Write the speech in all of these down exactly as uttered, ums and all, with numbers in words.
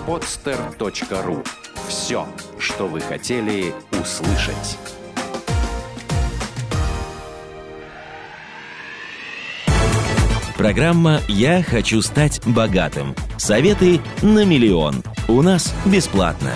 подстер точка ру. Все, что вы хотели услышать. Программа «Я хочу стать богатым». Советы на миллион. У нас бесплатно.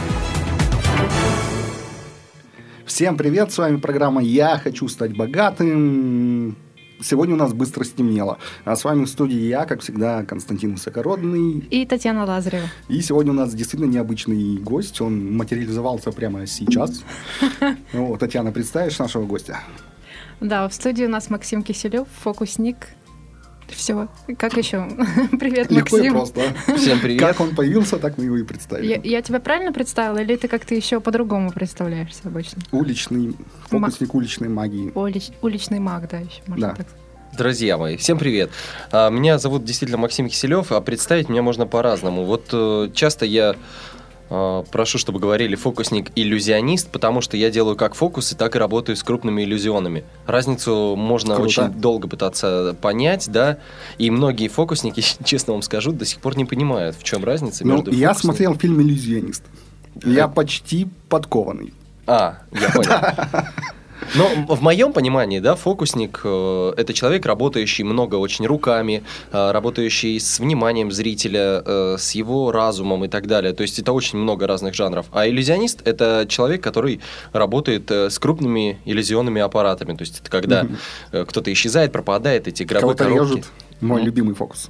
Всем привет, с вами программа «Я хочу стать богатым». Сегодня у нас быстро стемнело. А с вами в студии я, как всегда, Константин Высокородный. И Татьяна Лазарева. И сегодня у нас действительно необычный гость. Он материализовался прямо сейчас. Татьяна, представишь нашего гостя? Да, в студии у нас Максим Киселев, фокусник. Все. Как еще? Привет, Легко Максим. и просто. Всем привет. Как он появился, так мы его и представили. Я, я тебя правильно представила, или ты как-то еще по-другому представляешься обычно? Уличный, фокусник Ма- уличной магии. Улич, уличный маг, да, еще можно да. так сказать. Друзья мои, всем привет. Меня зовут действительно Максим Киселев, а представить меня можно по-разному. Вот часто я прошу, чтобы говорили фокусник-иллюзионист, потому что я делаю как фокусы, так и работаю с крупными иллюзионами. Разницу можно Круто. Очень долго пытаться понять, да, и многие фокусники, честно вам скажу, до сих пор не понимают, в чем разница ну, между я фокусником... смотрел фильм «Иллюзионист». Я почти подкованный. А, я понял. Но в моем понимании, да, фокусник э, – это человек, работающий много очень руками, э, работающий с вниманием зрителя, э, с его разумом и так далее. То есть это очень много разных жанров. А иллюзионист – это человек, который работает э, с крупными иллюзионными аппаратами. То есть это когда э, кто-то исчезает, пропадает, эти игровые Кого-то коробки. режет. Мой mm. любимый фокус.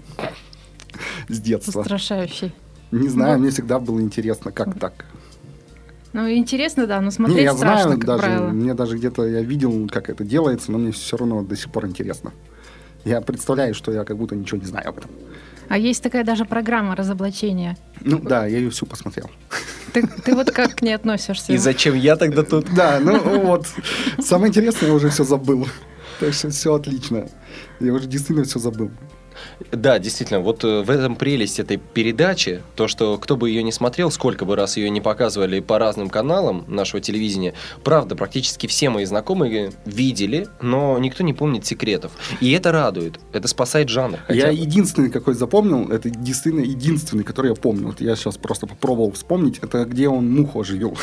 С детства. Устрашающий. Не знаю, ну. мне всегда было интересно, как так. Ну, интересно, да, но смотреть не, я страшно, знаю, как даже, правило. Мне даже где-то я видел, как это делается, но мне все равно до сих пор интересно. Я представляю, что я как будто ничего не знаю об этом. А есть такая даже программа разоблачения. Ну да, я ее всю посмотрел. Ты, ты вот как к ней относишься? И зачем я тогда тут? Да, ну вот. Самое интересное, я уже все забыл. Так что все отлично. Я уже действительно все забыл. Да, действительно, вот в этом прелесть этой передачи, то, что кто бы ее не смотрел, сколько бы раз ее не показывали по разным каналам нашего телевидения, правда, практически все мои знакомые видели, но никто не помнит секретов. И это радует, это спасает жанр. Я бы. единственный, какой запомнил, это действительно единственный, который я помню. Вот я сейчас просто попробовал вспомнить, это где он муху оживил.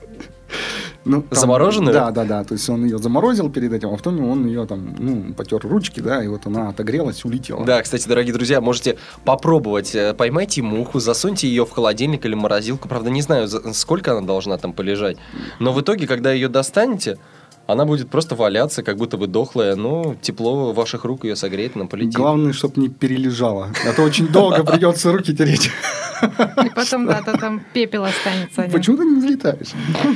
Ну, там, замороженную? Да, да, да. То есть он ее заморозил перед этим, а потом он ее там, ну, потер ручки, да, и вот она отогрелась, улетела. Да, кстати, дорогие друзья, можете попробовать. Поймайте муху, засуньте ее в холодильник или морозилку. Правда, не знаю, сколько она должна там полежать. Но в итоге, когда ее достанете, она будет просто валяться, как будто бы дохлая, но тепло ваших рук ее согреет, она полетит. Главное, чтобы не перележала. А то очень долго придется руки тереть. И потом, да, то там пепел останется. Почему ты не взлетаешь?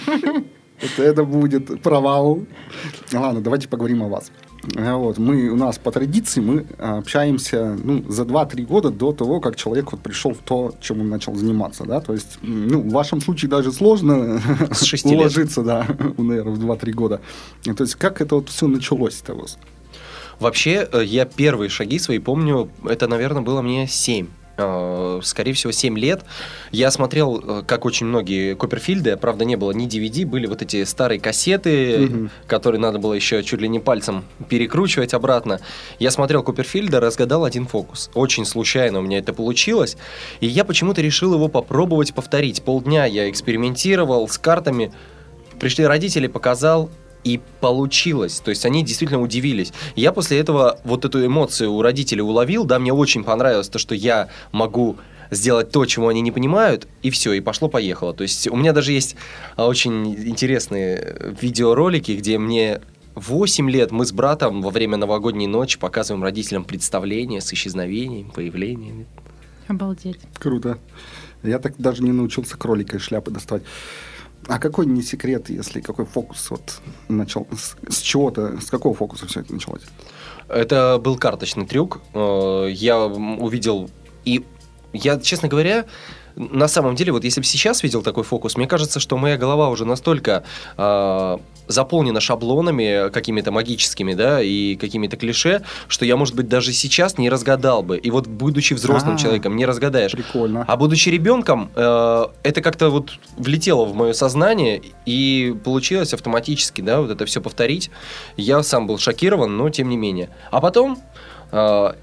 Это, это будет провал. Ладно, давайте поговорим о вас. Вот, мы, у нас по традиции мы общаемся ну, за два-три года до того, как человек вот пришел в то, чем он начал заниматься. Да? То есть, ну, в вашем случае даже сложно уложиться, да, наверное, в два-три года. То есть, как это вот все началось-то у вас? Вообще, я первые шаги свои помню, это, наверное, было мне семь. Скорее всего, семь лет. Я смотрел, как очень многие Копперфильды, правда, не было ни ди ви ди, были вот эти старые кассеты, угу. которые надо было еще чуть ли не пальцем перекручивать обратно. Я смотрел Копперфильда, разгадал один фокус. Очень случайно у меня это получилось, и я почему-то решил его попробовать повторить. Полдня я экспериментировал с картами, пришли родители, показал, и получилось. То есть они действительно удивились. Я после этого вот эту эмоцию у родителей уловил. Да, мне очень понравилось то, что я могу сделать то, чего они не понимают, и все, и пошло-поехало. То есть у меня даже есть очень интересные видеоролики, где мне восемь лет мы с братом во время новогодней ночи показываем родителям представление с исчезновением, появлением. Обалдеть. Круто. Я так даже не научился кролика из шляпы доставать. А какой не секрет, если какой фокус вот начал, с, с чего-то, с какого фокуса все это началось? Это был карточный трюк. Я увидел, и я, честно говоря, на самом деле, вот если бы сейчас видел такой фокус, мне кажется, что моя голова уже настолько э, заполнена шаблонами какими-то магическими, да, и какими-то клише, что я, может быть, даже сейчас не разгадал бы. И вот, будучи взрослым А-а-а. человеком, не разгадаешь. Прикольно. А будучи ребенком, э, это как-то вот влетело в мое сознание, и получилось автоматически, да, вот это все повторить. Я сам был шокирован, но тем не менее. А потом... Э,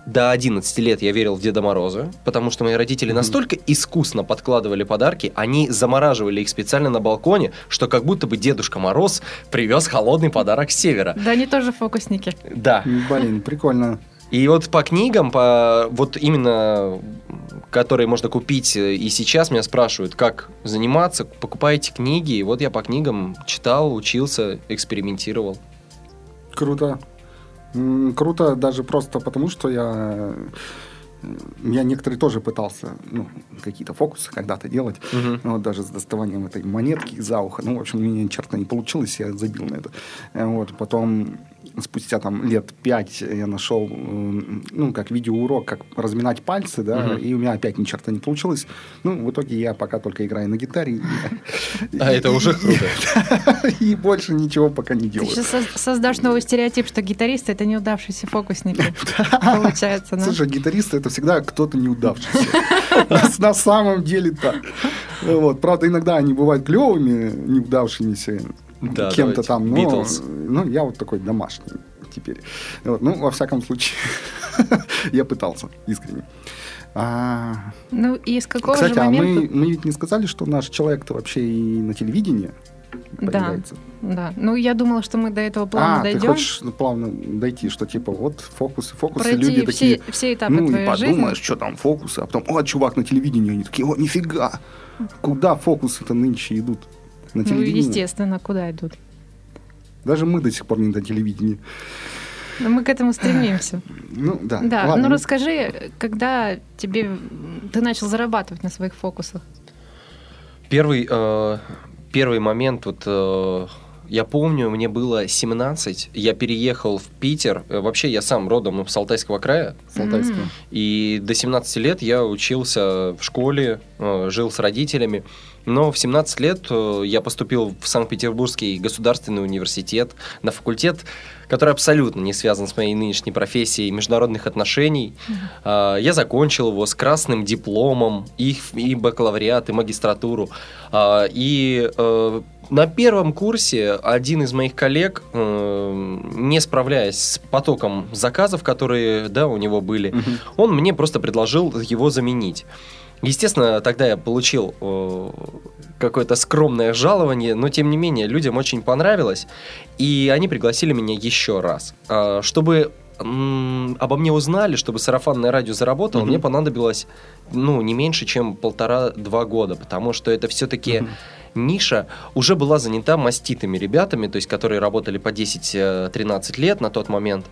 до одиннадцати лет я верил в Деда Мороза, потому что мои родители mm-hmm. настолько искусно подкладывали подарки, они замораживали их специально на балконе, что как будто бы Дедушка Мороз привез холодный подарок с севера. Да, они тоже фокусники. Да. Блин, прикольно. И вот по книгам, по вот именно, которые можно купить и сейчас, меня спрашивают, как заниматься, покупаете книги. И вот я по книгам читал, учился, экспериментировал. Круто. Круто даже просто потому, что я... Я некоторые тоже пытался, ну, какие-то фокусы когда-то делать, uh-huh. вот даже с доставанием этой монетки из-за уха. Ну, в общем, мне ни черта не получилось, я забил на это. Вот, потом, спустя там лет пять я нашел, ну, как видеоурок, как разминать пальцы, да, uh-huh. и у меня опять ни черта не получилось. Ну, в итоге я пока только играю на гитаре. А это уже круто. И больше ничего пока не делаю. Ты сейчас создашь новый стереотип, что гитаристы — это неудавшиеся фокусники. Получается, да? Слушай, гитаристы — это всегда кто-то неудавшийся. На самом деле так. Вот. Правда, иногда они бывают клевыми, неудавшимися да, кем-то там. Но, Beatles. ну, я вот такой домашний теперь. Вот. Ну, во всяком случае, я пытался искренне. А... Ну, и с какого Кстати, же момента... а мы, мы ведь не сказали, что наш человек-то вообще и на телевидении появляется. Да, да. Ну, я думала, что мы до этого плавно а, дойдем. А, ты хочешь плавно дойти, что типа вот фокусы, фокусы, пройти люди все, такие... все этапы ну, твоей и подумаешь, жизни. что там фокусы, а потом, о, чувак на телевидении, они такие, о, нифига, куда фокусы-то нынче идут? На телевидении? Ну, естественно, куда идут? Даже мы до сих пор не на телевидении. Но мы к этому стремимся. Ну, да. Да, Ладно. ну расскажи, когда тебе ты начал зарабатывать на своих фокусах? Первый, э, первый момент, вот э, я помню, мне было семнадцать, я переехал в Питер. Вообще, я сам родом с Алтайского края. С Алтайского. Mm. И до семнадцати лет я учился в школе, э, жил с родителями. Но в семнадцать лет я поступил в Санкт-Петербургский государственный университет на факультет, который абсолютно не связан с моей нынешней профессией международных отношений. Mm-hmm. Я закончил его с красным дипломом, и, и бакалавриат, и магистратуру. И на первом курсе один из моих коллег, не справляясь с потоком заказов, которые, да, у него были, mm-hmm. он мне просто предложил его заменить. Естественно, тогда я получил э, какое-то скромное жалование, но тем не менее людям очень понравилось, и они пригласили меня еще раз. Э, чтобы м- обо мне узнали, чтобы сарафанное радио заработало, mm-hmm. мне понадобилось ну, не меньше, чем полтора-два года, потому что это все-таки mm-hmm. ниша уже была занята маститыми ребятами, то есть которые работали по десять-тринадцать лет на тот момент.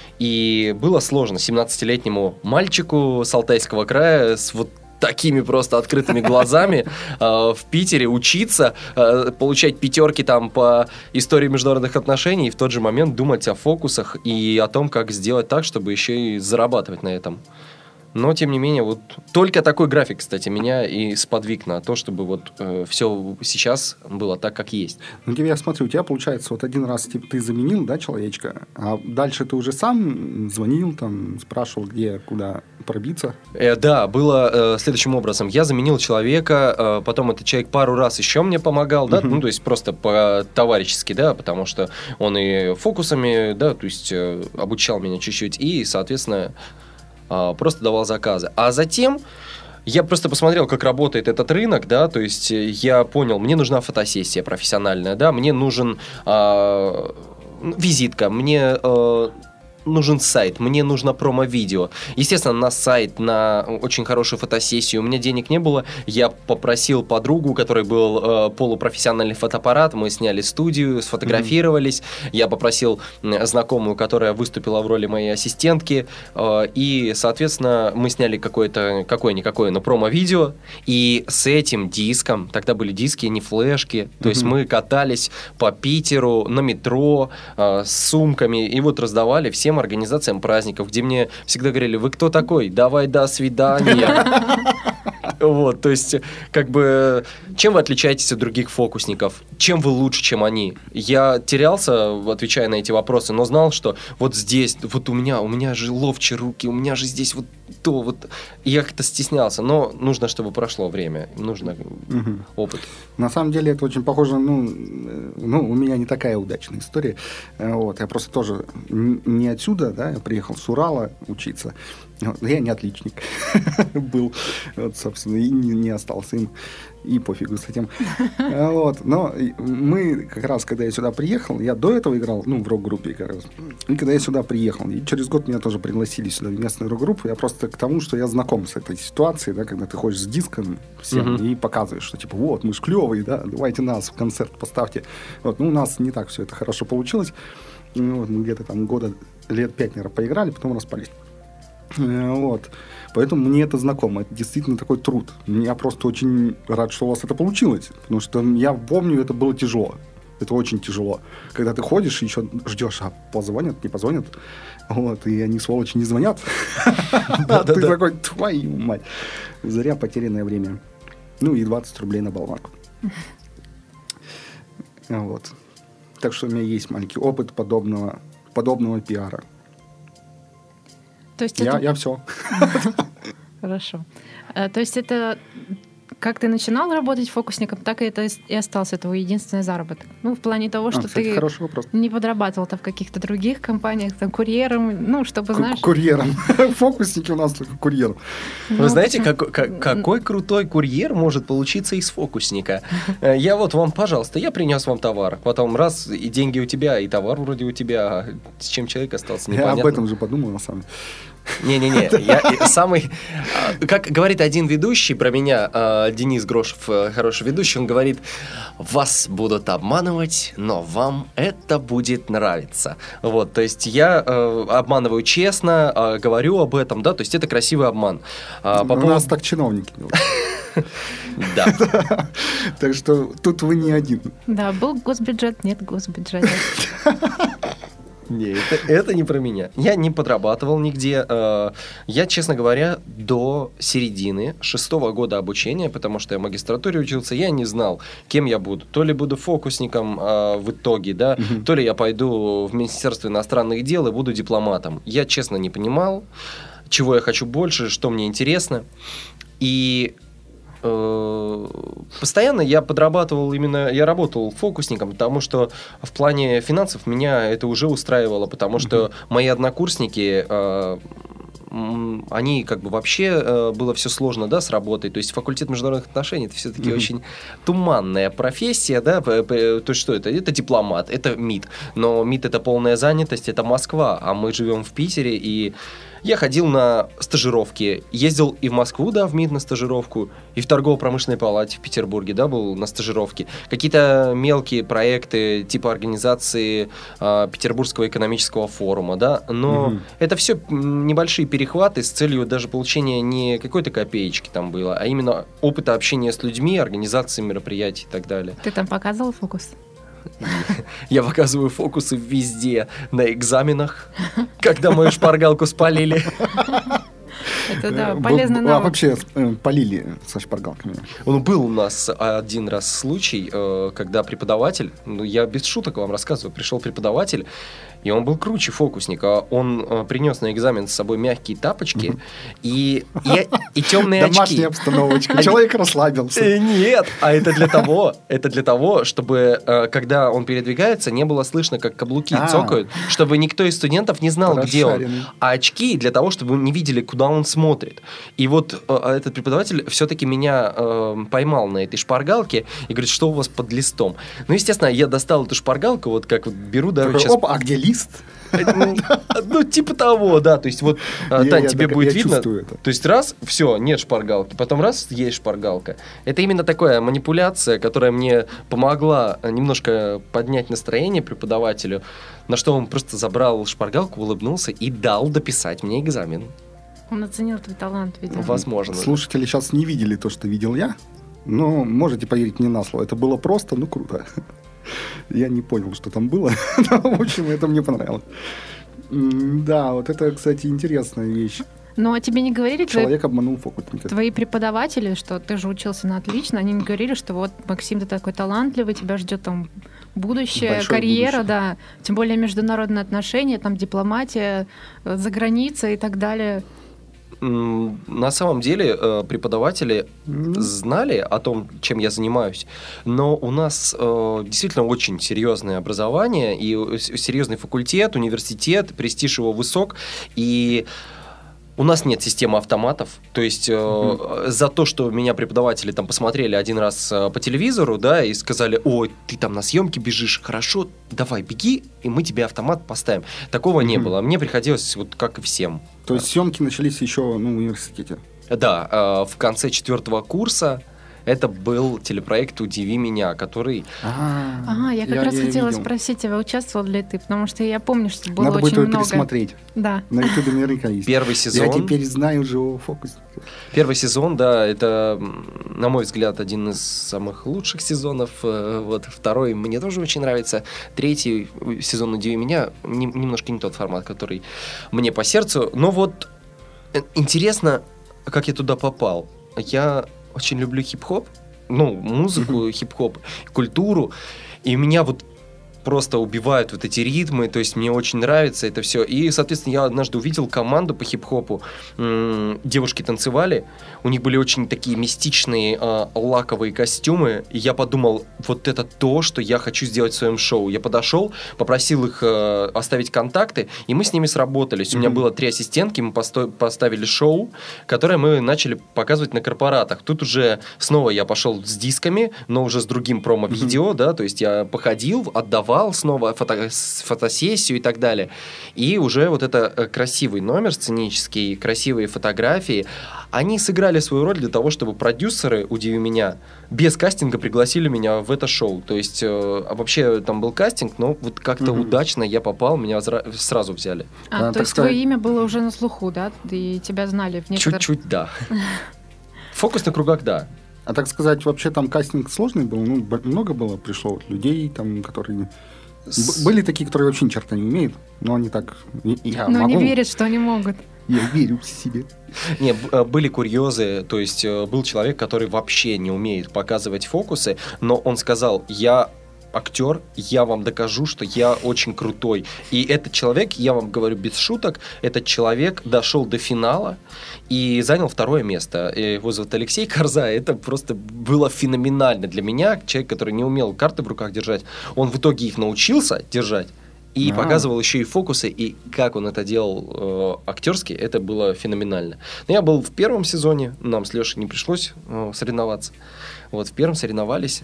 И было сложно семнадцатилетнему мальчику с Алтайского края с вот такими просто открытыми глазами э, в Питере учиться, э, получать пятерки там по истории международных отношений и в тот же момент думать о фокусах и о том, как сделать так, чтобы еще и зарабатывать на этом. Но, тем не менее, вот только такой график, кстати, меня и сподвиг на то, чтобы вот э, все сейчас было так, как есть. Ну, я смотрю, у тебя, получается, вот один раз типа, ты заменил, да, человечка, а дальше ты уже сам звонил, там, спрашивал, где, куда пробиться? Э, да, было э, следующим образом. Я заменил человека, э, потом этот человек пару раз еще мне помогал, да, uh-huh. ну, то есть просто по-товарищески, да, потому что он и фокусами, да, то есть э, обучал меня чуть-чуть и, соответственно, просто давал заказы. А затем я просто посмотрел, как работает этот рынок, да, то есть я понял, мне нужна фотосессия профессиональная, да, мне нужен э, визитка, мне э, нужен сайт, мне нужно промо-видео. Естественно, на сайт, на очень хорошую фотосессию у меня денег не было. Я попросил подругу, у которой был э, полупрофессиональный фотоаппарат, мы сняли студию, сфотографировались. Mm-hmm. Я попросил знакомую, которая выступила в роли моей ассистентки, э, и, соответственно, мы сняли какое-то, какое-никакое, но промо-видео, и с этим диском, тогда были диски, не флешки, то mm-hmm. есть мы катались по Питеру на метро э, с сумками, и вот раздавали всем организациям праздников, где мне всегда говорили: вы кто такой? Давай, до свидания. Вот, то есть, как бы, чем вы отличаетесь от других фокусников? Чем вы лучше, чем они? Я терялся, отвечая на эти вопросы, но знал, что вот здесь, вот у меня, у меня же ловчие руки, у меня же здесь вот то, вот. И я как-то стеснялся, но нужно, чтобы прошло время, нужно угу. опыт. На самом деле это очень похоже, ну, ну, у меня не такая удачная история. Вот, я просто тоже не отсюда, да, я приехал с Урала учиться. Я не отличник был, вот, собственно, и не, не остался им, и пофигу с этим. Вот. Но мы как раз, когда я сюда приехал, я до этого играл, ну, в рок-группе как раз, и когда я сюда приехал, и через год меня тоже пригласили сюда в местную рок-группу, я просто к тому, что я знаком с этой ситуацией, да, когда ты ходишь с диском всем uh-huh. и показываешь, что типа, вот, мы ж клевые, да, давайте нас в концерт поставьте. Вот. Ну, у нас не так все это хорошо получилось. Ну, вот, мы где-то там года, лет пять, наверное, поиграли, потом распались. Вот. Поэтому мне это знакомо. Это действительно такой труд. Я просто очень рад, что у вас это получилось. Потому что я помню, это было тяжело. Это очень тяжело. Когда ты ходишь и еще ждешь, а позвонят, не позвонят. Вот. И они, сволочи, не звонят. А ты такой, твою мать. Зря потерянное время. Ну и двадцать рублей на болванку. Вот. Так что у меня есть маленький опыт подобного, подобного пиара. То есть я, это... я все. Хорошо. То есть это как ты начинал работать фокусником, так и это и остался твой единственный заработок. Ну, в плане того, что а, кстати, ты не подрабатывал-то в каких-то других компаниях, там, курьером, ну, чтобы, К- знаешь... Курьером. Фокусники у нас только курьер. Вы ну, знаете, как, как, какой крутой курьер может получиться из фокусника? Я вот вам, пожалуйста, я принес вам товар, потом раз, и деньги у тебя, и товар вроде у тебя, а с чем человек остался, непонятно. Я об этом же подумал, на самом деле. Не-не-не, я самый... Как говорит один ведущий про меня, Денис Грошев, хороший ведущий, он говорит, вас будут обманывать, но вам это будет нравиться. Вот, то есть я обманываю честно, говорю об этом, да, то есть это красивый обман. У нас так чиновники делают. Да. Так что тут вы не один. Да, был госбюджет, нет госбюджета. Не, это, это не про меня. Я не подрабатывал нигде. Я, честно говоря, до середины шестого года обучения, потому что я в магистратуре учился, я не знал, кем я буду. То ли буду фокусником в итоге, да, uh-huh. то ли я пойду в Министерство иностранных дел и буду дипломатом. Я, честно, не понимал, чего я хочу больше, что мне интересно. И постоянно я подрабатывал именно, я работал фокусником, потому что в плане финансов меня это уже устраивало, потому что мои однокурсники, они как бы вообще было все сложно, да, с работой, то есть факультет международных отношений это все-таки mm-hmm. очень туманная профессия, да, то есть что это? Это дипломат, это МИД, но МИД это полная занятость, это Москва, а мы живем в Питере, и я ходил на стажировки, ездил и в Москву, да, в МИД на стажировку, и в торгово-промышленной палате в Петербурге, да, был на стажировке. Какие-то мелкие проекты типа организации э, Петербургского экономического форума, да, но mm-hmm. это все небольшие перехваты с целью даже получения не какой-то копеечки там было, а именно опыта общения с людьми, организации мероприятий и так далее. Ты там показывал фокус? Я показываю фокусы везде, на экзаменах, когда мою шпаргалку спалили. Это, да, полезный навык. А вообще полили со шпаргалками? Ну, был у нас один раз случай, когда преподаватель, ну, я без шуток вам рассказываю, пришел преподаватель, и он был круче фокусника. Он принес на экзамен с собой мягкие тапочки и, и, и темные очки. Домашняя обстановочка. Человек расслабился. Нет, а это для того, это для того, чтобы, когда он передвигается, не было слышно, как каблуки а. цокают, чтобы никто из студентов не знал, где он. А очки для того, чтобы не видели, куда он смотрит. И вот э, этот преподаватель все-таки меня э, поймал на этой шпаргалке и говорит, что у вас под листом. Ну, естественно, я достал эту шпаргалку, вот как вот беру, да, сейчас... Опа, а где лист? Ну, типа того, да. То есть вот, Тань, тебе будет видно. То есть раз, все, нет шпаргалки. Потом раз, есть шпаргалка. Это именно такая манипуляция, которая мне помогла немножко поднять настроение преподавателю, на что он просто забрал шпаргалку, улыбнулся и дал дописать мне экзамен. Он оценил твой талант, видимо. Возможно. Слушатели сейчас не видели то, что видел я, но можете поверить мне на слово. Это было просто, ну, круто. Я не понял, что там было. Но, в общем, это мне понравилось. Да, вот это, кстати, интересная вещь. Ну, а тебе не говорили... Человек твои... обманул фокусника. Твои преподаватели, что ты же учился на отлично, они не говорили, что вот, Максим, ты такой талантливый, тебя ждет там будущее, большое карьера, будущее. Да, тем более международные отношения, там дипломатия, за границей и так далее. На самом деле преподаватели mm-hmm. знали о том, чем я занимаюсь, но у нас э, действительно очень серьезное образование и серьезный факультет, университет, престиж его высок, и у нас нет системы автоматов, то есть mm-hmm. э, за то, что меня преподаватели там посмотрели один раз э, по телевизору, да, и сказали: ой, ты там на съемки бежишь, хорошо, давай беги, и мы тебе автомат поставим. Такого mm-hmm. не было. Мне приходилось вот как и всем. То есть съемки начались еще ну, в университете? Да, э, в конце четвертого курса. Это был телепроект «Удиви меня», который... А, я как я, раз я хотела видел. спросить тебя, участвовал ли ты, потому что я помню, что было Надо очень будет много... пересмотреть. Да. На ютубе наверняка есть. Первый сезон... Я теперь знаю живого фокусника. Первый сезон, да, это, на мой взгляд, один из самых лучших сезонов. Вот второй мне тоже очень нравится. Третий сезон «Удиви меня» не, немножко не тот формат, который мне по сердцу. Но вот интересно, как я туда попал. Я... очень люблю хип-хоп, ну, музыку, хип-хоп, культуру, и меня вот просто убивают вот эти ритмы, то есть мне очень нравится это все. И, соответственно, я однажды увидел команду по хип-хопу, девушки танцевали, у них были очень такие мистичные э, лаковые костюмы, и я подумал, вот это то, что я хочу сделать в своем шоу. Я подошел, попросил их э, оставить контакты, и мы с ними сработались. Mm-hmm. У меня было три ассистентки, мы посто- поставили шоу, которое мы начали показывать на корпоратах. Тут уже снова я пошел с дисками, но уже с другим промо-видео, mm-hmm. да, то есть я походил, отдавал снова фото, фотосессию и так далее. И уже вот это красивый номер сценический, красивые фотографии, они сыграли свою роль для того, чтобы продюсеры «Удиви меня» без кастинга пригласили меня в это шоу. То есть, э, вообще там был кастинг, но вот как-то mm-hmm. удачно я попал, меня зра- сразу взяли. А, а то есть сказать... твое имя было уже на слуху, да? И тебя знали в некоторых... Чуть-чуть, да. В фокусных кругах, да. А так сказать, вообще там кастинг сложный был? Ну, много было, пришло людей, там, которые... С... Были такие, которые вообще ни черта не умеют, но они так... Я но могу... не верят, что они могут. Я верю в себе. Не, были курьезы, то есть был человек, который вообще не умеет показывать фокусы, но он сказал: я актер, я вам докажу, что я очень крутой. И этот человек, я вам говорю без шуток, этот человек дошел до финала и занял второе место. Его зовут Алексей Корза. Это просто было феноменально для меня. Человек, который не умел карты в руках держать, он в итоге их научился держать. И А-а-а. показывал еще и фокусы, и как он это делал э, актерски, это было феноменально. Но я был в первом сезоне, нам с Лешей не пришлось э, соревноваться. Вот в первом соревновались.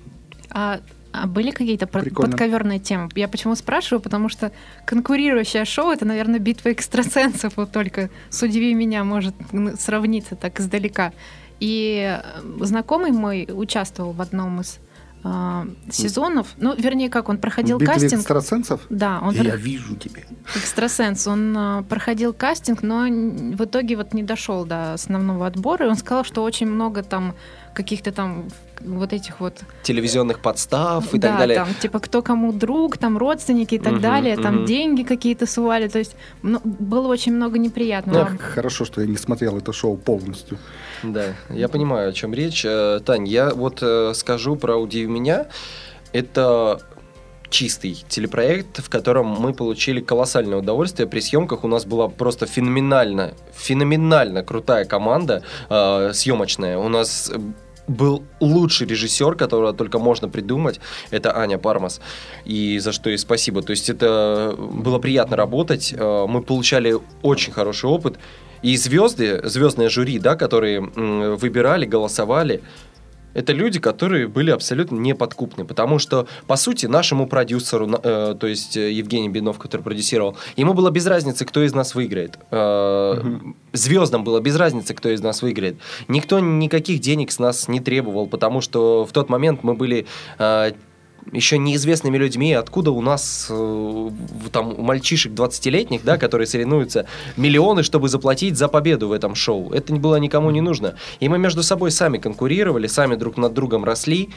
А, а были какие-то Прикольно. подковерные темы? Я почему спрашиваю, потому что конкурирующее шоу — это, наверное, битва экстрасенсов, вот только с «Удиви меня» может сравниться так издалека. И знакомый мой участвовал в одном из сезонов, ну, вернее, как он проходил Битве кастинг. экстрасенсов? Да. Он Я про... вижу тебя. Экстрасенс. Он а, проходил кастинг, но в итоге вот не дошел до основного отбора. И он сказал, что очень много там каких-то там вот этих вот... телевизионных подстав и да, так далее. Да, там, типа, кто кому друг, там, родственники и так uh-huh, далее, там, uh-huh. деньги какие-то сували, то есть ну, было очень много неприятного. Ну, хорошо, что я не смотрел это шоу полностью. Да, я понимаю, о чем речь. Тань, я вот скажу про «Удиви меня». Это чистый телепроект, в котором мы получили колоссальное удовольствие. При съемках у нас была просто феноменально, феноменально крутая команда э, съемочная. У нас был лучший режиссер, которого только можно придумать. Это Аня Пармас. И за что ей спасибо. То есть это было приятно работать. Мы получали очень хороший опыт. И звезды, звездное жюри, да, которые выбирали, голосовали, это люди, которые были абсолютно неподкупны, потому что, по сути, нашему продюсеру, э, то есть Евгений Бинов, который продюсировал, ему было без разницы, кто из нас выиграет. Э, угу. Звездам было без разницы, кто из нас выиграет. Никто никаких денег с нас не требовал, потому что в тот момент мы были... Э, еще неизвестными людьми, откуда у нас э, там у мальчишек двадцатилетних, да, которые соревнуются, миллионы, чтобы заплатить за победу в этом шоу. Это было никому не нужно. И мы между собой сами конкурировали, сами друг над другом росли,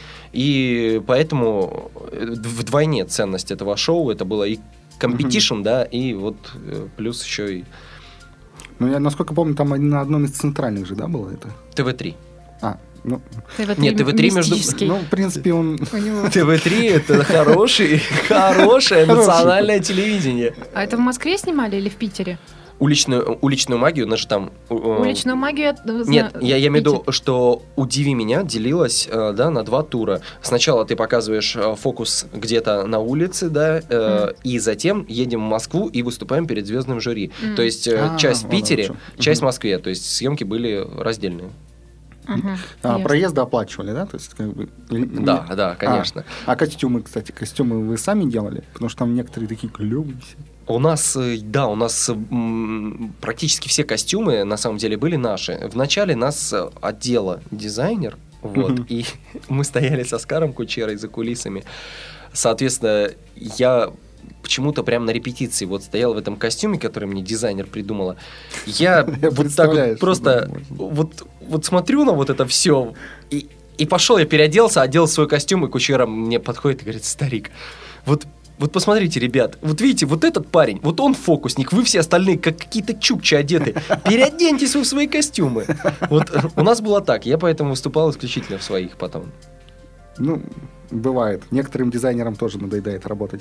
и поэтому вдвойне ценность этого шоу, это было и компетишн, mm-hmm. да, и вот плюс еще и Ну, я, насколько помню, там на одном из центральных же, да, было это? ТВ-три. А, ну... Нет, ТВ-три между... Ну, в принципе, он... ТВ-три это хороший, хорошее национальное телевидение. А это в Москве снимали или в Питере? Уличную, уличную магию, она же там... Уличную магию... Нет, я, я имею в виду, что «Удиви меня» делилась, да, на два тура. Сначала ты показываешь фокус где-то на улице, да, mm. и затем едем в Москву и выступаем перед звездным жюри. Mm. То есть а, часть в Питере, часть в Москве. То есть съемки были раздельные. Uh-huh. А, проезды оплачивали, да? То есть, как бы... Да, да, конечно. А, а костюмы, кстати, костюмы вы сами делали? Потому что там некоторые такие клевые все. У нас, да, у нас м, практически все костюмы на самом деле были наши. Вначале нас отдела дизайнер, вот, uh-huh. и мы стояли с Оскаром Кучерой за кулисами. Соответственно, я почему-то прямо на репетиции вот стоял в этом костюме, который мне дизайнер придумала. Я вот так вот просто вот, вот смотрю на вот это все, и, и пошел, я переоделся, одел свой костюм, и Кучера мне подходит и говорит: старик, вот Вот посмотрите, ребят, вот видите, вот этот парень, вот он фокусник, вы все остальные как какие-то чукчи одеты. Переоденьтесь вы в свои костюмы. Вот у нас было так, я поэтому выступал исключительно в своих потом. Ну, бывает. Некоторым дизайнерам тоже надоедает работать.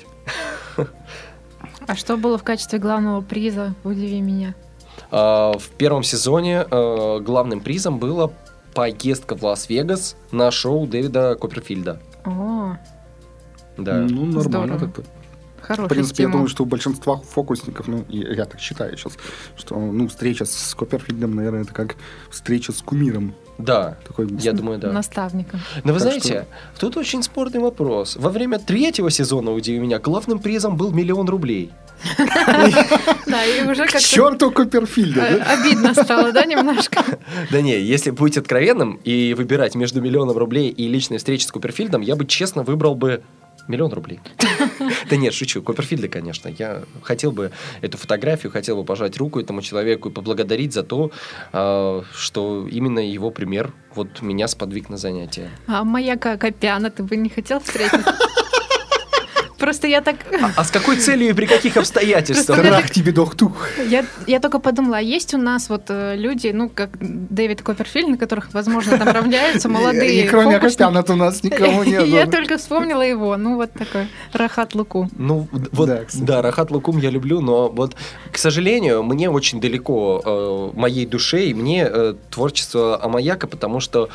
А что было в качестве главного приза? Удиви меня. А, в первом сезоне а, главным призом была поездка в Лас-Вегас на шоу Дэвида Копперфильда. О, да. Ну, нормально так-то. Хороший В принципе, стимул. я думаю, что у большинства фокусников, ну, я, я так считаю сейчас, что, ну, встреча с Копперфильдом, наверное, это как встреча с кумиром. Да, такой, я думаю, да. Наставником. Но вы Так знаете, что... тут очень спорный вопрос. Во время третьего сезона «Удиви меня» главным призом был миллион рублей. Да, и уже как-то... К черту Копперфильда, да? Обидно стало, да, немножко? Да не, если быть откровенным и выбирать между миллионом рублей и личной встречей с Копперфильдом, я бы честно выбрал бы миллион рублей. Да нет, шучу. Копперфильда, конечно. Я хотел бы эту фотографию, хотел бы пожать руку этому человеку и поблагодарить за то, что именно его пример вот меня сподвиг на занятия. А Маяка Акопяна ты бы не хотел встретить? Просто я так... А, а с какой целью и при каких обстоятельствах? Трах тебе дохтух. Я, я только подумала, а есть у нас вот э, люди, ну, как Дэвид Копперфильд, на которых, возможно, там равняются молодые. И кроме Акопяна у нас никого нет. Я только вспомнила его, ну, вот такой Рахат Лукум. Ну, вот, да, Рахат Лукум я люблю, но вот, к сожалению, мне очень далеко моей душе и мне творчество Амаяка, потому что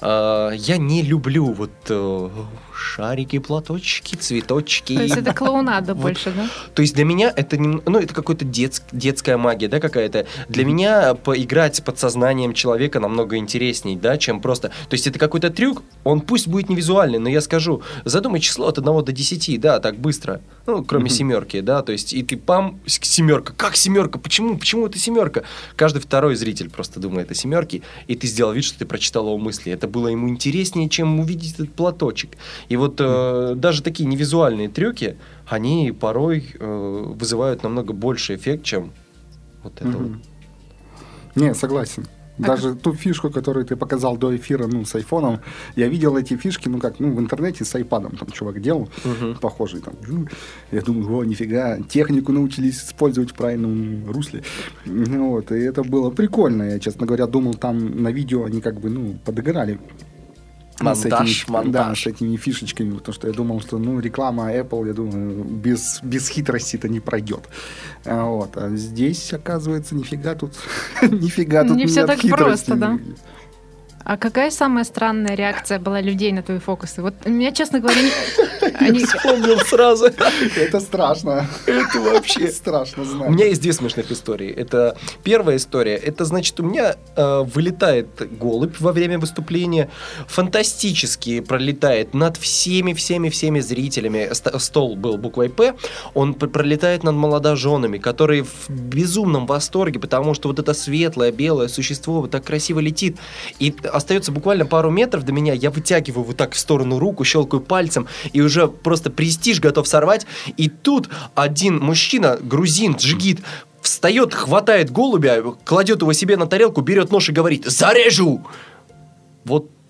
я не люблю вот шарики, платочки, цветочки. То есть это клоунада вот. Больше, да? То есть для меня это не, ну это какой-то детск, детская магия, да, какая-то. Для mm-hmm. меня поиграть с подсознанием человека намного интересней, да, чем просто. То есть это какой-то трюк, он пусть будет не визуальный, но я скажу, задумай число от одного до десяти, да, так быстро, ну кроме mm-hmm. семерки, да, то есть и ты пам семерка, как семерка, почему, почему это семерка? Каждый второй зритель просто думает о семерке, и ты сделал вид, что ты прочитал его мысли. Это было ему интереснее, чем увидеть этот платочек. И вот э, даже такие невизуальные трюки, они порой э, вызывают намного больше эффект, чем вот это mm-hmm. вот. Не, согласен. Даже а ту фишку, которую ты показал до эфира, ну, с айфоном, я видел эти фишки, ну, как, ну, в интернете с айпадом там чувак делал, uh-huh. похожий там. Я думаю, о, нифига, технику научились использовать в правильном русле. Вот, и это было прикольно. Я, честно говоря, думал, там на видео они как бы, ну, подыграли. Монтаж, с этими, монтаж. Да, с этими фишечками, потому что я думал, что, ну, реклама Apple, я думаю, без, без хитрости-то не пройдет. Вот. А здесь, оказывается, нифига тут, нифига тут не, не все так хитрости. Просто, да? А какая самая странная реакция была людей на твои фокусы? Вот меня, честно говоря, они... Я вспомнил сразу. Это страшно. Это вообще страшно знать. У меня есть две смешных истории. Это первая история. Это значит, у меня э, вылетает голубь во время выступления, фантастически пролетает над всеми, всеми, всеми зрителями. Стол был буквой П. Он пролетает над молодоженами, которые в безумном восторге, потому что вот это светлое, белое существо вот так красиво летит. И остается буквально пару метров до меня, я вытягиваю вот так в сторону руку, щелкаю пальцем, и уже просто престиж готов сорвать. И тут один мужчина, грузин, джигит, встает, хватает голубя, кладет его себе на тарелку, берет нож и говорит: «Зарежу!» Вот, вот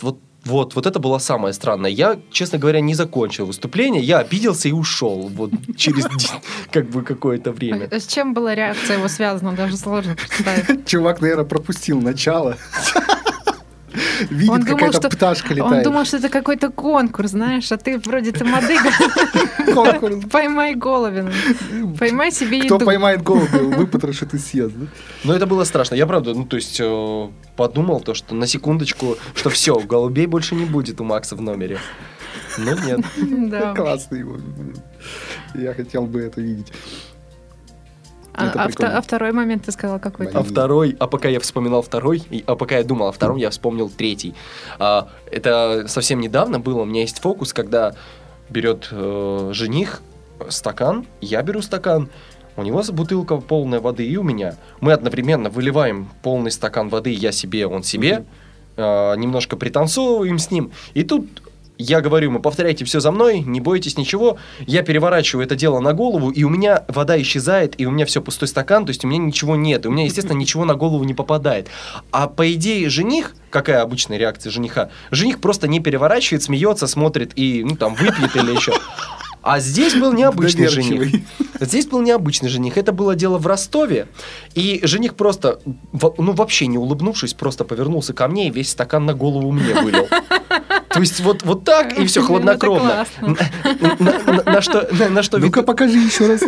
Вот, вот это было самое странное. Я, честно говоря, не закончил выступление, я обиделся и ушел вот через как бы какое-то время. С чем была реакция его связана, даже сложно представить. Чувак, наверное, пропустил начало. Видит, он какая-то думал, что, пташка летает. Он думал, что это какой-то конкурс, знаешь, а ты вроде ты модыга. Поймай головину. Поймай себе еду. Кто поймает голову, выпотрошит и съест. Ну, это было страшно. Я, правда, ну, то есть, подумал то, что на секундочку, что все, голубей больше не будет у Макса в номере. Но нет. Да. Классный его. Я хотел бы это видеть. А, а, а второй момент ты сказал какой-то? А второй, а пока я вспоминал второй, а пока я думал о втором, я вспомнил третий. А, это совсем недавно было, у меня есть фокус, когда берет э, жених стакан, я беру стакан, у него бутылка полная воды и у меня. Мы одновременно выливаем полный стакан воды, я себе, он себе, mm-hmm. э, немножко пританцовываем с ним, и тут... Я говорю ему, повторяйте все за мной, не бойтесь ничего. Я переворачиваю это дело на голову, и у меня вода исчезает, и у меня все пустой стакан, то есть у меня ничего нет. И у меня, естественно, ничего на голову не попадает. А по идее жених, какая обычная реакция жениха? Жених просто не переворачивает, смеется, смотрит и, ну, там, выпьет или еще. А здесь был необычный жених. Здесь был необычный жених. Это было дело в Ростове. И жених просто, ну, вообще не улыбнувшись, просто повернулся ко мне и весь стакан на голову мне вылил. То есть вот, вот так, и все хладнокровно. На что... Ну-ка, покажи еще раз.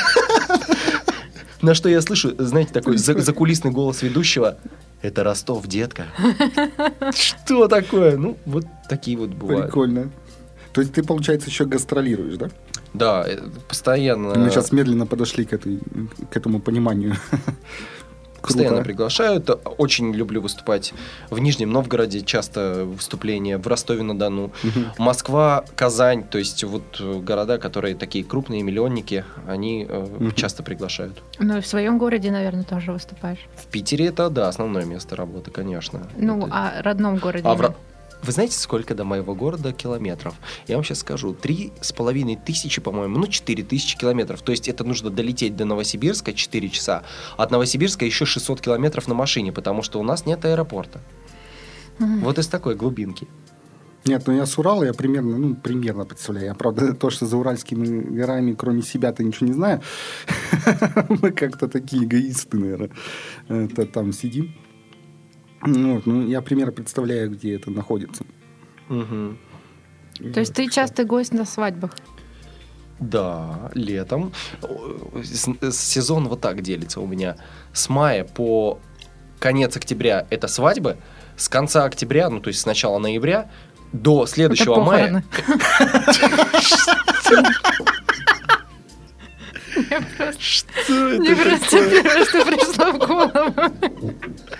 На что я слышу, знаете, такой закулисный голос ведущего. Это Ростов, детка. Что такое? Ну, вот такие вот бывают. Прикольно. То есть ты, получается, еще гастролируешь, да? Да, постоянно. Мы сейчас медленно подошли к, этой, к этому пониманию. Постоянно Круто. Приглашают. Очень люблю выступать в Нижнем Новгороде, часто выступления, в Ростове-на-Дону. Угу. Москва, Казань, то есть вот города, которые такие крупные, миллионники, они угу. часто приглашают. Ну и в своем городе, наверное, тоже выступаешь. В Питере это, да, основное место работы, конечно. Ну, это... а в родном городе? А в... Вы знаете, сколько до моего города километров? Я вам сейчас скажу. Три с половиной тысячи, по-моему, ну, четыре тысячи километров. То есть это нужно долететь до Новосибирска четыре часа. От Новосибирска еще шестьсот километров на машине, потому что у нас нет аэропорта. Mm-hmm. Вот из такой глубинки. Нет, ну я с Урала, я примерно, ну, примерно представляю. Я, правда, то, что за Уральскими горами, кроме себя-то ничего не знаю. Мы как-то такие эгоисты, наверное, там сидим. Ну, ну, я примерно представляю, где это находится. Угу. То есть ты частый гость на свадьбах? Да, летом. Сезон вот так делится у меня. С мая по конец октября это свадьбы. С конца октября, ну то есть с начала ноября до следующего мая... Что это? Мне просто первое, что пришло в голову.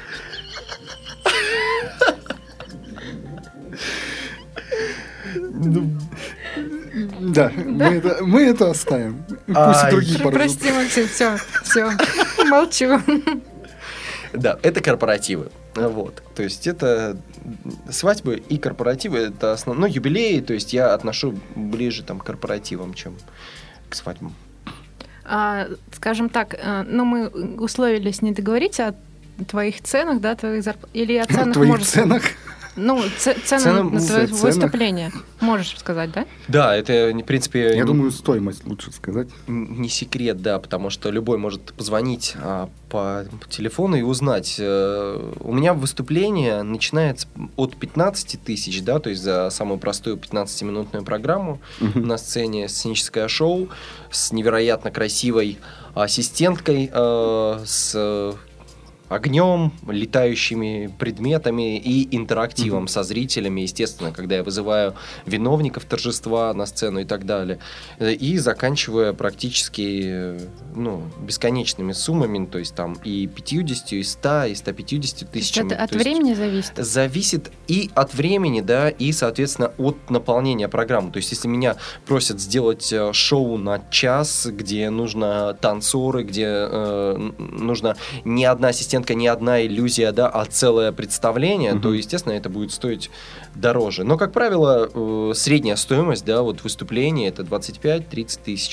Да, мы это, мы это оставим. Пусть другие поржут. Прости, Максим, все, все, молчу. Да, это корпоративы. Вот. То есть это свадьбы и корпоративы, это основные, ну, юбилеи, то есть я отношу ближе там, к корпоративам, чем к свадьбам. А, скажем так, ну, мы условились не договорить о твоих ценах, да, твоих зарплат, или о ценах, твоих может... ценах? Ну, ц- цены Цена, на твое выступление. Можешь сказать, да? Да, это, в принципе... Я думаю, стоимость лучше сказать. Не секрет, да, потому что любой может позвонить а, по телефону и узнать. У меня выступление начинается от пятнадцати тысяч, да, то есть за самую простую пятнадцатиминутную программу uh-huh. на сцене, сценическое шоу с невероятно красивой ассистенткой, э, с... огнем, летающими предметами и интерактивом mm-hmm. со зрителями, естественно, когда я вызываю виновников торжества на сцену и так далее. И заканчивая практически ну, бесконечными суммами, то есть там и пятьюдесятью, и ста, и ста пятьюдесятью тысячами. Это от то времени есть, зависит? Зависит и от времени, да, и, соответственно, от наполнения программы. То есть если меня просят сделать шоу на час, где нужно танцоры, где э, нужно не одна ассистентка, не одна иллюзия, да, а целое представление, uh-huh. то, естественно, это будет стоить дороже. Но, как правило, э, средняя стоимость, да, вот выступления это двадцать пять - тридцать тысяч.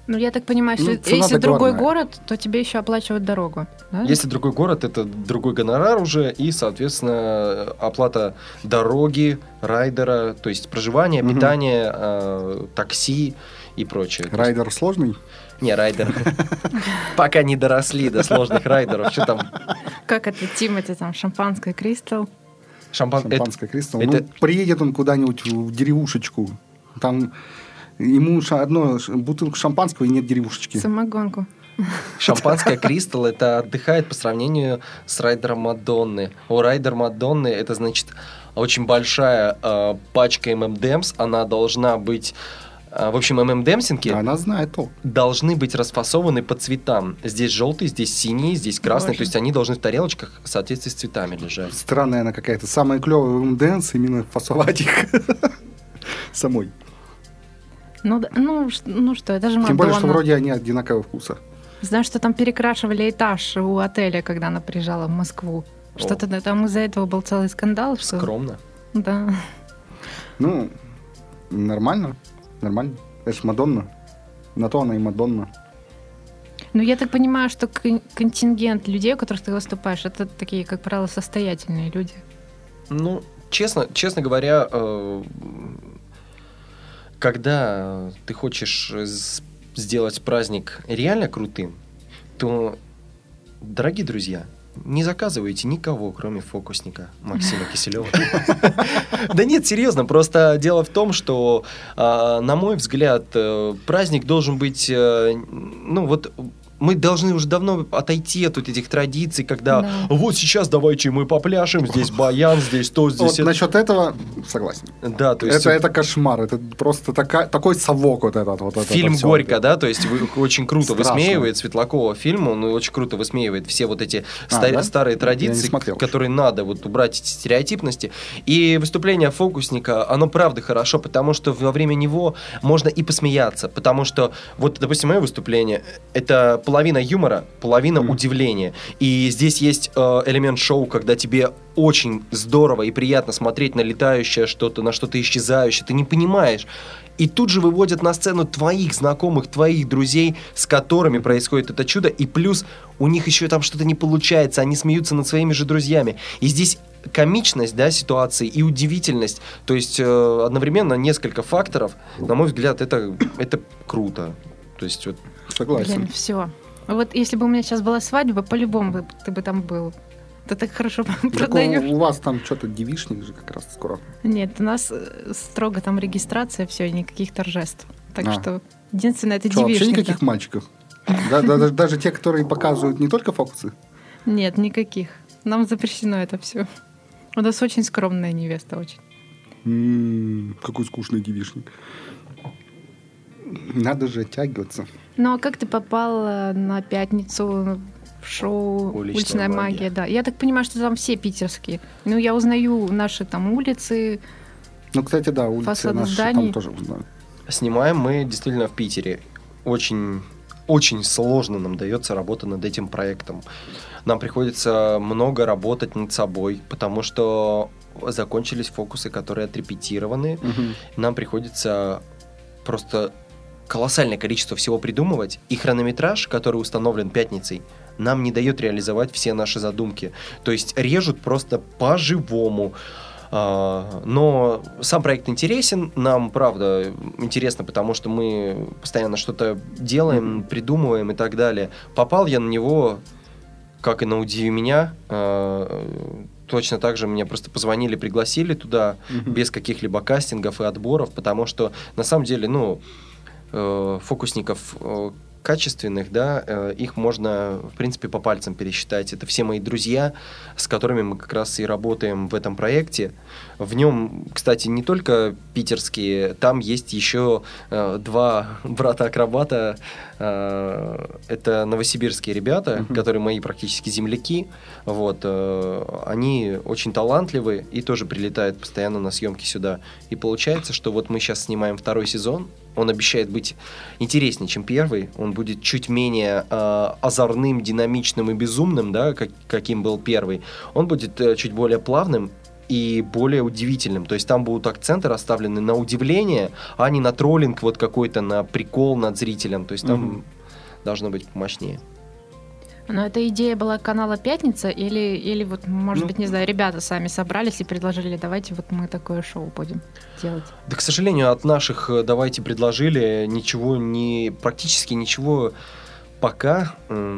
Ну, я так понимаю, что ну, если другой город, то тебе еще оплачивают дорогу. Да? Если другой город, это другой гонорар уже, и, соответственно, оплата дороги, райдера, то есть проживание, угу. питание, э, такси и прочее. Райдер сложный? Не, райдер. Пока не доросли до сложных райдеров. Что там? Как это, Тимати, там, шампанское Кристалл? Шампанское Кристалл. Ну, приедет он куда-нибудь в деревушечку, там... Ему одну бутылку шампанского и нет деревушечки. Самогонку. Шампанское Кристалл это отдыхает по сравнению с райдером Мадонны. У райдера Мадонны это значит очень большая э, пачка эм эм дэмс. Она должна быть... Э, в общем, эм эм дэмсинки она знает то. Должны быть расфасованы по цветам. Здесь желтый, здесь синий, здесь красный. Боже. То есть они должны в тарелочках в соответствии с цветами лежать. Странная она какая-то. Самая клевая эм эм дэмс именно фасовать их самой. Ну, ну, ну что, это же Мадонна. Тем более, что вроде они одинакового вкуса. Знаю, что там перекрашивали этаж у отеля, когда она приезжала в Москву. О. Что-то там из-за этого был целый скандал. Что... Скромно. Да. Ну, нормально. Нормально. Это ж Мадонна. На то она и Мадонна. Ну, я так понимаю, что контингент людей, у которых ты выступаешь, это такие, как правило, состоятельные люди. Ну, честно, честно говоря... Э- Когда ты хочешь сделать праздник реально крутым, то, дорогие друзья, не заказывайте никого, кроме фокусника Максима Киселева. Да нет, серьезно, просто дело в том, что, на мой взгляд, праздник должен быть, ну вот... Мы должны уже давно отойти от вот этих традиций, когда да. вот сейчас давайте мы попляшем, здесь баян, здесь то, здесь вот это. Насчет этого согласен. Да, то есть... Это, это кошмар, это просто така, такой совок вот этот. Вот фильм это «Горько», да, то есть очень круто Страшно. высмеивает Светлакова фильм, он очень круто высмеивает все вот эти а, стар... да? старые традиции, которые надо вот убрать эти стереотипности. И выступление фокусника, оно правда хорошо, потому что во время него можно и посмеяться, потому что вот, допустим, мое выступление, это половина юмора, половина mm. удивления. И здесь есть э, элемент шоу, когда тебе очень здорово и приятно смотреть на летающее что-то, на что-то исчезающее. Ты не понимаешь. И тут же выводят на сцену твоих знакомых, твоих друзей, с которыми происходит это чудо. И плюс у них еще там что-то не получается. Они смеются над своими же друзьями. И здесь комичность, да, ситуации и удивительность. То есть э, одновременно несколько факторов. На мой взгляд, это, это круто. То есть вот... Согласен. Блин, все. Вот если бы у меня сейчас была свадьба, по-любому бы, ты бы там был. Ты так хорошо продаешь. У вас там что-то девичник же как раз скоро. Нет, у нас строго там регистрация, все, никаких торжеств. Так а. что единственное, это что, девичник. Вообще никаких мальчиков? Даже те, которые показывают не только фокусы? Нет, никаких. Нам запрещено это все. У нас очень скромная невеста, очень. Какой скучный девичник. Надо же оттягиваться. Ну, а как ты попал на пятницу в шоу «Уличная, Уличная магия»? магия? Да. Я так понимаю, что там все питерские. Ну, я узнаю наши там улицы. Ну, кстати, да, улицы наши зданий. Там тоже узнаю. Снимаем мы действительно в Питере. Очень, очень сложно нам дается работа над этим проектом. Нам приходится много работать над собой, потому что закончились фокусы, которые отрепетированы. Угу. Нам приходится просто... колоссальное количество всего придумывать, и хронометраж, который установлен пятницей, нам не дает реализовать все наши задумки. То есть режут просто по-живому. Но сам проект интересен, нам, правда, интересно, потому что мы постоянно что-то делаем, mm-hmm. придумываем и так далее. Попал я на него, как и на «Удиви меня», точно так же меня просто позвонили, пригласили туда, mm-hmm. без каких-либо кастингов и отборов, потому что, на самом деле, ну... фокусников качественных, да, их можно, в принципе, по пальцам пересчитать. Это все мои друзья, с которыми мы как раз и работаем в этом проекте. В нем, кстати, не только питерские, там есть еще э, два брата-акробата. Э, это новосибирские ребята, uh-huh. которые мои практически земляки. Вот, э, они очень талантливые и тоже прилетают постоянно на съемки сюда. И получается, что вот мы сейчас снимаем второй сезон. Он обещает быть интереснее, чем первый. Он будет чуть менее э, озорным, динамичным и безумным, да, как, каким был первый. Он будет э, чуть более плавным. и более удивительным. То есть там будут акценты расставлены на удивление, а не на троллинг вот какой-то, на прикол над зрителем. То есть там угу. должно быть помощнее. Но эта идея была канала «Пятница» или, или вот, может ну, быть, не знаю, ребята сами собрались и предложили, давайте вот мы такое шоу будем делать? Да, к сожалению, от наших «давайте предложили» ничего не, практически ничего пока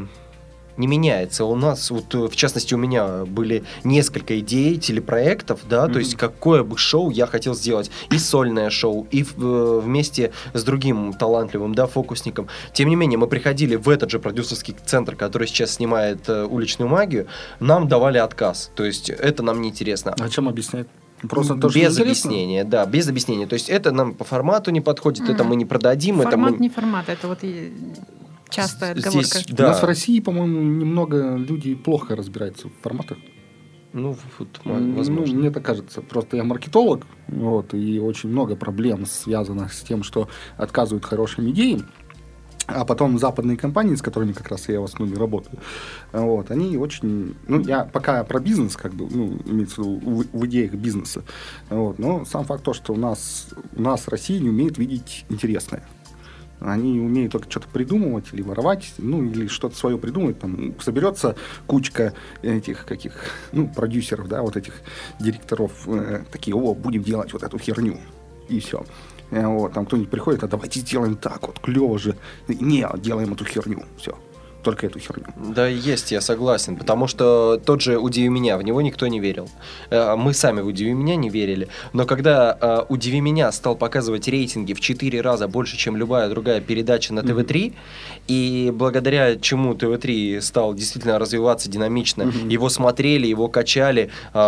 не меняется. У нас, вот, в частности, у меня были несколько идей телепроектов, да, mm-hmm. то есть какое бы шоу я хотел сделать. И сольное шоу, и в, вместе с другим талантливым, да, фокусником. Тем не менее, мы приходили в этот же продюсерский центр, который сейчас снимает э, «Уличную магию», нам давали отказ. То есть это нам неинтересно. А чем объяснять? Просто то, без объяснения, да, без объяснения. То есть это нам по формату не подходит, mm-hmm. это мы не продадим. Формат это мы... не формат, это вот... И... Частая отговорка. Здесь, да. У нас в России, по-моему, немного людей плохо разбираются в форматах. Ну, вот, возможно. Ну, мне так кажется. Просто я маркетолог, вот, и очень много проблем связанных с тем, что отказывают хорошим идеям. А потом западные компании, с которыми как раз я в основном работаю, вот, они очень... Ну, я пока про бизнес, как бы, ну, имеется в виду в, в идеях бизнеса. Вот, но сам факт то, что у нас, у нас Россия не умеет видеть интересное. Они умеют только что-то придумывать или воровать, ну, или что-то свое придумать. Там соберется кучка этих каких, ну, продюсеров, да, вот этих директоров, э, такие, о, будем делать вот эту херню. И все. Э, вот, там кто-нибудь приходит, а давайте сделаем так, вот, клево же. Не, делаем эту херню. Все. Только эту херню. Да, есть, я согласен, потому что тот же «Удиви меня», в него никто не верил. Мы сами в «Удиви меня» не верили, но когда «Удиви меня» стал показывать рейтинги в четыре раза больше, чем любая другая передача на тэ вэ три, mm-hmm. и благодаря чему тэ вэ три стал действительно развиваться динамично, mm-hmm. его смотрели, его качали,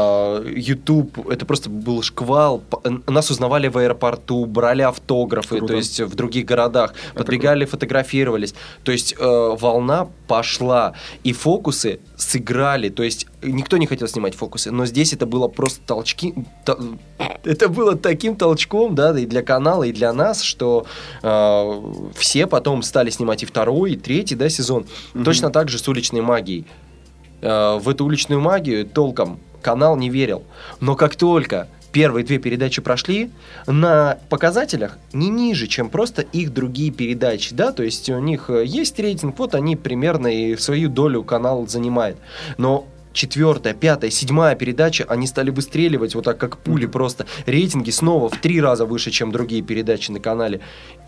YouTube, это просто был шквал, нас узнавали в аэропорту, брали автографы, Круто. То есть в других городах, это подбегали, круто. Фотографировались, то есть волна пошла, и фокусы сыграли, то есть никто не хотел снимать фокусы, но здесь это было просто толчки, то, это было таким толчком, да, и для канала, и для нас, что э, все потом стали снимать и второй, и третий, да, сезон, mm-hmm. точно так же с «Уличной магией». Э, в эту «Уличную магию» толком канал не верил, но как только первые две передачи прошли, на показателях не ниже, чем просто их другие передачи, да, то есть у них есть рейтинг, вот они примерно и свою долю канал занимает, но четвертая, пятая, седьмая передача, они стали выстреливать вот так, как пули просто. Рейтинги снова в три раза выше, чем другие передачи на канале.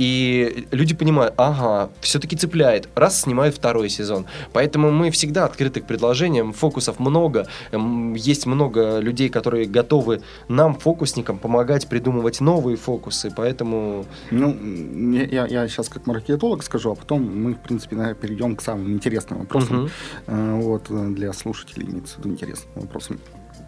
И люди понимают, ага, все-таки цепляет. Раз, снимают второй сезон. Поэтому мы всегда открыты к предложениям. Фокусов много. Есть много людей, которые готовы нам, фокусникам, помогать придумывать новые фокусы. Поэтому... Ну, я, я сейчас как маркетолог скажу, а потом мы, в принципе, наверное, перейдем к самым интересным вопросам uh-huh. вот, для слушателей. Интересным вопросом.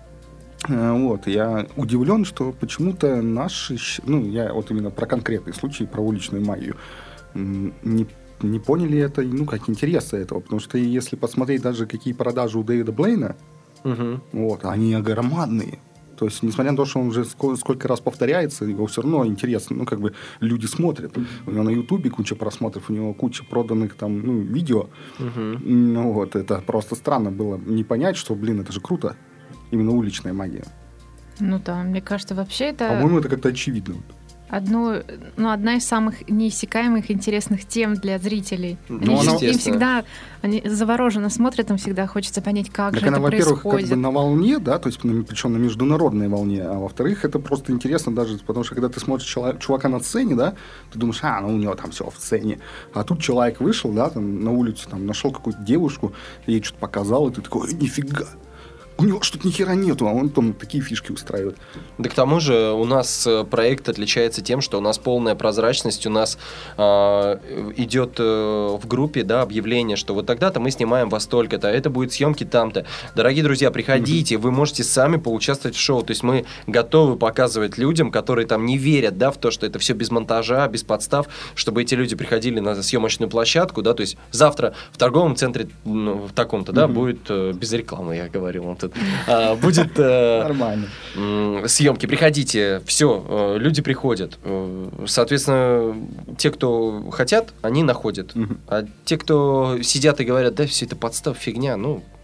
Вот, я удивлен, что почему-то наши, ну, я вот именно про конкретный случай, про «Уличную магию, не, не поняли это, ну, как интереса этого, потому что если посмотреть даже какие продажи у Дэвида Блейна, угу. вот, они громадные. То есть, несмотря на то, что он уже сколько раз повторяется, его все равно интересно, ну, как бы люди смотрят. У него на Ютубе куча просмотров, у него куча проданных там, ну, видео. Uh-huh. Ну, вот, это просто странно было не понять, что, блин, это же круто. Именно «Уличная магия». Ну да, мне кажется, вообще это... По-моему, это как-то очевидно. Одну, ну, одна из самых неиссякаемых интересных тем для зрителей. Ну, они, им всегда они завороженно смотрят, им всегда хочется понять, как так же она, это во-первых, происходит. Как бы на волне, да, то есть причем на международной волне, а во-вторых, это просто интересно даже, потому что когда ты смотришь чувака на сцене, да, ты думаешь, а, ну у него там все в сцене, а тут человек вышел, да, там на улице, там нашел какую-то девушку, ей что-то показал, и ты такой, нифига. У него что-то ни хера нету, а он там такие фишки устраивает. Да к тому же у нас проект отличается тем, что у нас полная прозрачность, у нас э, идет э, в группе, да, объявление, что вот тогда-то мы снимаем во столько-то, это будет съемки там-то. Дорогие друзья, приходите, вы можете сами поучаствовать в шоу. То есть мы готовы показывать людям, которые там не верят, да, в то, что это все без монтажа, без подстав, чтобы эти люди приходили на съемочную площадку, да, то есть завтра в торговом центре, ну, в таком-то, да, будет э, без рекламы, я говорил вам тут. А, будет нормально. Э, съемки, приходите, все, э, люди приходят. Э, соответственно, те, кто хотят, они находят. Uh-huh. А те, кто сидят и говорят, да, все это подстав, фигня, ну,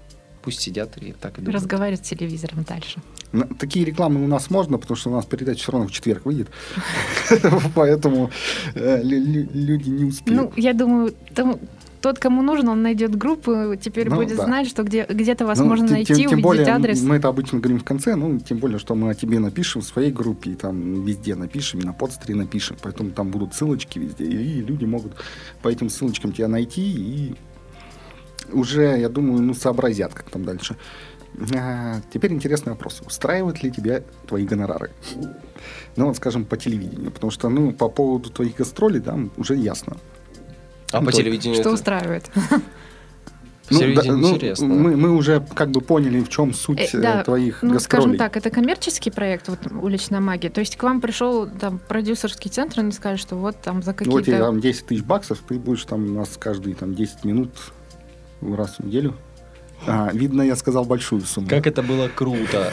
пусть сидят и так и думают. Разговаривают с телевизором дальше. Такие рекламы у нас можно, потому что у нас передача все равно в четверг выйдет. Поэтому люди не успеют. Ну, я думаю, тот, кому нужно, он найдет группу, теперь ну, будет да. знать, что где, где-то вас ну, можно найти, тем, тем увидеть более, адрес. Мы это обычно говорим в конце, ну, тем более, что мы о тебе напишем в своей группе, и там везде напишем, и на подстере напишем, поэтому там будут ссылочки везде, и люди могут по этим ссылочкам тебя найти, и уже, я думаю, ну, сообразят, как там дальше. А, теперь интересный вопрос. Устраивают ли тебя твои гонорары? Ну, вот, скажем, по телевидению, потому что, ну, по поводу твоих гастролей, да, уже ясно. А ну, по телевидению что это... устраивает? Ну, да, ну, интересно. Мы, мы уже как бы поняли, в чем суть э, да, твоих ну, гастролей. Скажем так, это коммерческий проект, вот «Уличная магия». То есть к вам пришел там продюсерский центр, они сказали, что вот там за какие-то... Вот тебе там десять тысяч баксов, ты будешь там у нас каждые там, десять минут раз в неделю. А, видно, я сказал большую сумму. Как это было круто.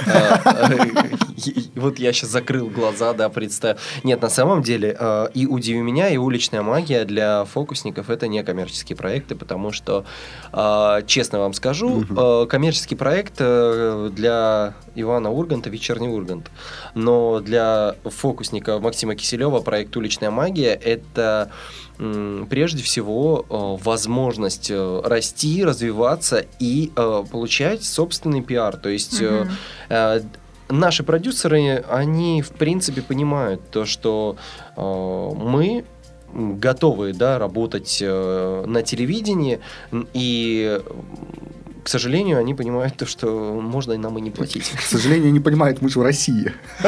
Вот я сейчас закрыл глаза, да, представил. Нет, на самом деле, и «Удиви меня», и «Уличная магия» для фокусников — это не коммерческие проекты, потому что, честно вам скажу, коммерческий проект для Ивана Урганта — «Вечерний Ургант». Но для фокусника Максима Киселева проект «Уличная магия» — это... прежде всего возможность расти, развиваться и э, получать собственный пиар. То есть uh-huh. э, наши продюсеры, они в принципе понимают то, что э, мы готовы, да, работать э, на телевидении, и, к сожалению, они понимают то, что можно нам и не платить. К сожалению, не понимают, мы же в России.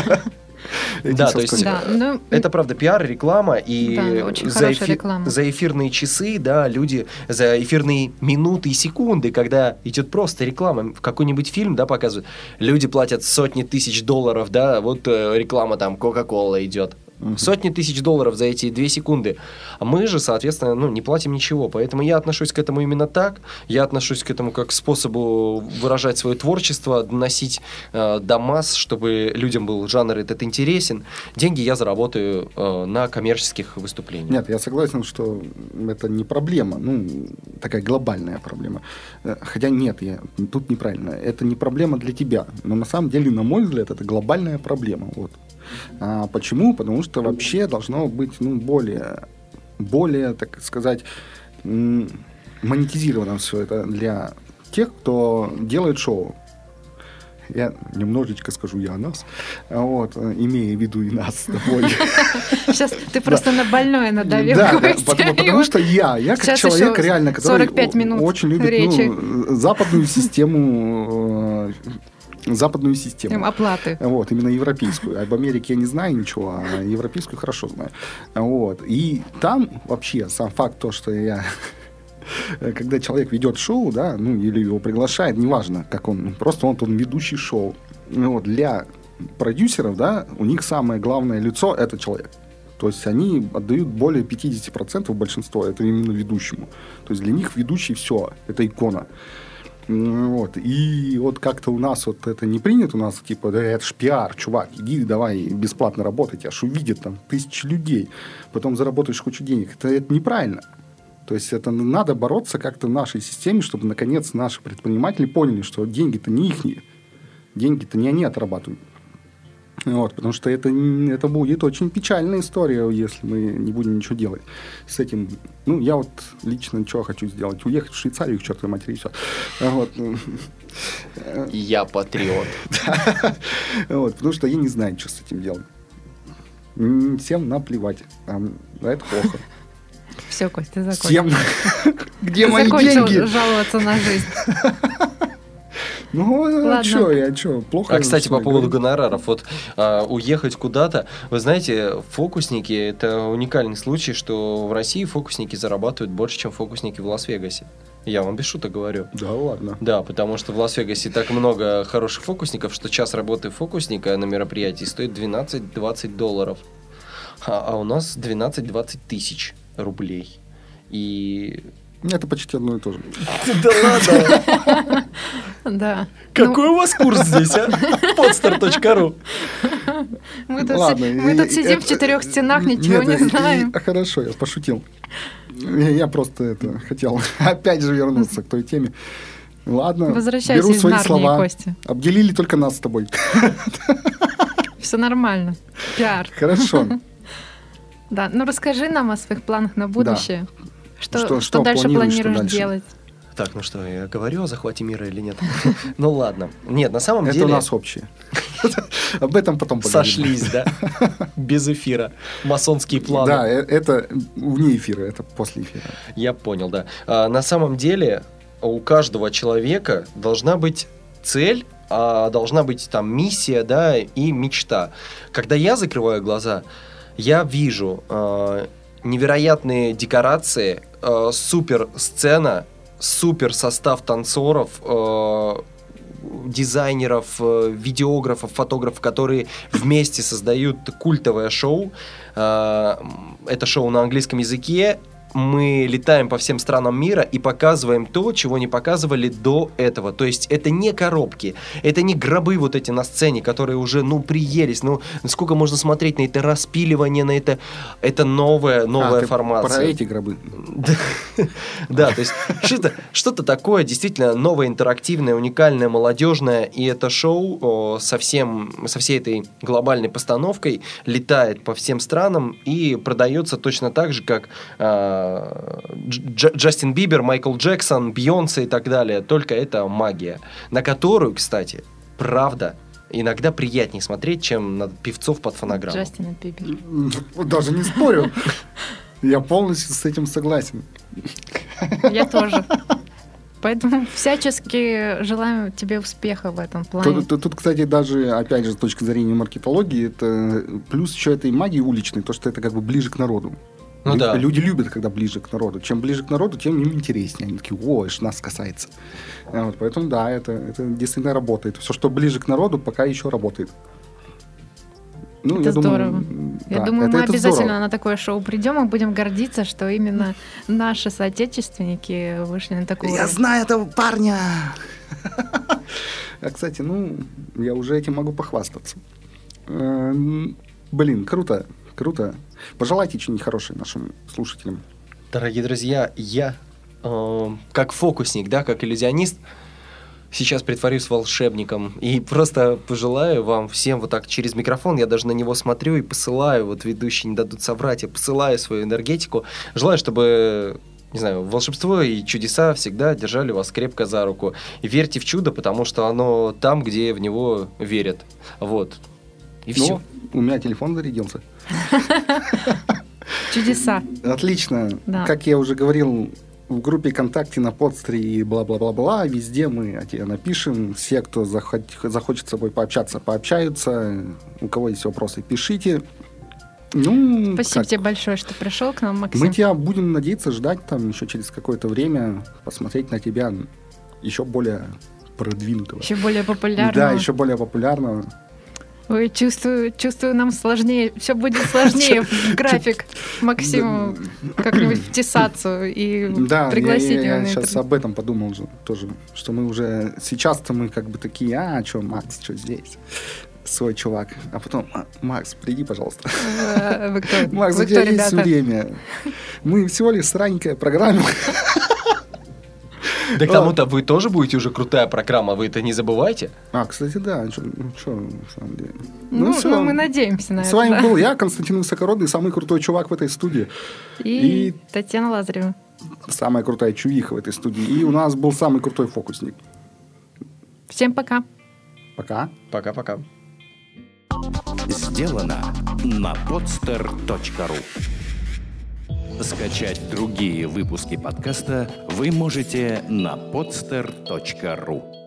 Да, то есть да, ну, это правда пиар, реклама, и да, за, эфи- реклама. за эфирные часы, да, люди, за эфирные минуты и секунды, когда идет просто реклама, в какой-нибудь фильм, да, показывают, люди платят сотни тысяч долларов, да, вот э, реклама там, Кока-Кола идет. Uh-huh. Сотни тысяч долларов за эти две секунды. А мы же, соответственно, ну, не платим ничего. Поэтому я отношусь к этому именно так. Я отношусь к этому как к способу выражать свое творчество, доносить э, до масс, чтобы людям был жанр этот интересен. Деньги я заработаю э, на коммерческих выступлениях. Нет, я согласен, что это не проблема. Ну, такая глобальная проблема. Хотя нет, я, тут неправильно. Это не проблема для тебя. Но на самом деле, на мой взгляд, это глобальная проблема. Вот. А почему? Потому что вообще должно быть ну, более, более, так сказать, монетизировано все это для тех, кто делает шоу. Я немножечко скажу я о нас, вот, имея в виду и нас с тобой. Сейчас ты просто на больное надавил. Да, потому что я, я как человек реально, который очень любит западную систему западную систему. Оплаты. Вот, именно европейскую. Об Америке я не знаю ничего, а европейскую хорошо знаю. Вот. И там вообще сам факт то, что я... Когда человек ведет шоу, да, ну, или его приглашает, неважно, как он, просто он, он ведущий шоу. Вот, для продюсеров, да, у них самое главное лицо – это человек. То есть они отдают более пятьдесят процентов большинство, это именно ведущему. То есть для них ведущий – все, это икона. Вот. И вот как-то у нас вот это не принято, у нас типа, да это ж пиар, чувак, иди давай бесплатно работай, аж увидят там тысячи людей, потом заработаешь кучу денег. Это, это неправильно. То есть это надо бороться как-то в нашей системе, чтобы наконец наши предприниматели поняли, что деньги-то не ихние, деньги-то не они отрабатывают. Вот, потому что это, это будет очень печальная история, если мы не будем ничего делать с этим. Ну, я вот лично что хочу сделать? Уехать в Швейцарию к чертовой матери и все. Вот. Я патриот. Вот, потому что я не знаю, что с этим делать. Всем наплевать. А это плохо. Все, Кость, ты закончил. Всем... Где мои деньги? Закончил жаловаться на жизнь. Ну, а что, я что, плохо? А, кстати, по поводу гонораров, вот а, уехать куда-то, вы знаете, фокусники, это уникальный случай, что в России фокусники зарабатывают больше, чем фокусники в Лас-Вегасе. Я вам без шуток говорю. Да, ладно. Да, потому что в Лас-Вегасе так много хороших фокусников, что час работы фокусника на мероприятии стоит двенадцать-двадцать долларов, а, а у нас двенадцать-двадцать тысяч рублей. И... Это почти одно и то же. Да ладно? Да. Какой у вас курс здесь, а? подстер точка ру. Мы тут сидим в четырех стенах, ничего не знаем. Хорошо, я пошутил. Я просто это хотел опять же вернуться к той теме. Ладно, возвращайся беру из свои Нарнии, слова. Костя. Обделили только нас с тобой. Все нормально. Пиар. Хорошо. Да, ну расскажи нам о своих планах на будущее. Да. Что, Что, что, что дальше планируешь, планируешь что дальше? делать? Так, ну что, я говорю о захвате мира или нет? Ну ладно. Нет, на самом Это деле... у нас общее. Об этом потом поговорим. Сошлись, да? Без эфира. Масонские планы. Да, э- это вне эфира, это после эфира. Я понял, да. А, на самом деле у каждого человека должна быть цель, а должна быть там миссия, да, и мечта. Когда я закрываю глаза, я вижу э, невероятные декорации, э, супер сцена, супер состав танцоров, э, дизайнеров, э, видеографов, фотографов, которые вместе создают культовое шоу. Э, это шоу на английском языке. Мы летаем по всем странам мира и показываем то, чего не показывали до этого. То есть это не коробки, это не гробы вот эти на сцене, которые уже, ну, приелись. Ну, сколько можно смотреть на это распиливание, на это... Это новая, новая а, ты формация. Про эти гробы. Да, то есть что-то, что-то такое действительно новое, интерактивное, уникальное, молодежное. И это шоу со, всем, со всей этой глобальной постановкой летает по всем странам и продается точно так же, как... Дж- Джастин Бибер, Майкл Джексон, Бейонсе и так далее. Только это магия, на которую, кстати, правда, иногда приятнее смотреть, чем на певцов под фонограмму. Джастин Бибер. Даже не спорю. Я полностью с этим согласен. Я тоже. Поэтому всячески желаем тебе успеха в этом плане. Тут, тут, тут, кстати, даже, опять же, с точки зрения маркетологии, это плюс еще этой магии уличной, то, что это как бы ближе к народу. Ну, Лю- да. Люди любят, когда ближе к народу. Чем ближе к народу, тем им интереснее. Они такие, о, это ж нас касается. А Вот, поэтому, да, это, это действительно работает. Все, что ближе к народу, пока еще работает. Ну, это я здорово. Думаю, я да, думаю, это, мы это обязательно здорово. на такое шоу придем и будем гордиться, что именно наши соотечественники вышли на такую Я уровень. знаю этого парня! А, кстати, ну, я уже этим могу похвастаться. Эм, Блин, круто, круто. Пожелайте что-нибудь хорошее нашим слушателям. Дорогие друзья, я э, как фокусник, да, как иллюзионист, сейчас притворюсь волшебником и просто пожелаю вам всем вот так через микрофон, я даже на него смотрю и посылаю, вот ведущие не дадут соврать, я посылаю свою энергетику. Желаю, чтобы, не знаю, волшебство и чудеса всегда держали вас крепко за руку. И верьте в чудо, потому что оно там, где в него верят. Вот. И Ну, все. у меня телефон зарядился. Чудеса. Отлично. Да. Как я уже говорил, в группе ВКонтакте, на подстере и бла-бла-бла-бла, везде мы о тебе напишем. Все, кто захот- захочет с собой пообщаться, пообщаются. У кого есть вопросы, пишите. Ну, Спасибо как? тебе большое, что пришел к нам, Максим. Мы тебя будем надеяться ждать там еще через какое-то время, посмотреть на тебя еще более продвинутого. Еще более популярного. Да, еще более популярного. Ой, чувствую, чувствую, нам сложнее, все будет сложнее в график Максиму как-нибудь втесаться и Да, пригласить я, его я, на я сейчас интервью. об этом подумал же тоже, что мы уже сейчас-то мы как бы такие, а, что, Макс, что здесь? Свой чувак. А потом, «А, Макс, приди, пожалуйста. Э, Вы кто? Макс, Вы у тебя кто, есть ребята? время. Мы всего лишь сраненькая программа. Да к тому-то вы тоже будете уже крутая программа, вы это не забывайте. А, кстати, да, что, на самом деле. Ну, всё. ну, мы надеемся на С это. вами да. был я, Константин Высокородный, самый крутой чувак в этой студии. И, И- Татьяна Лазарева. Самая крутая чувиха в этой студии. И у нас был самый крутой фокусник. Всем пока. Пока. Пока-пока. Сделано на podster точка ру. Скачать другие выпуски подкаста вы можете на podster точка ру.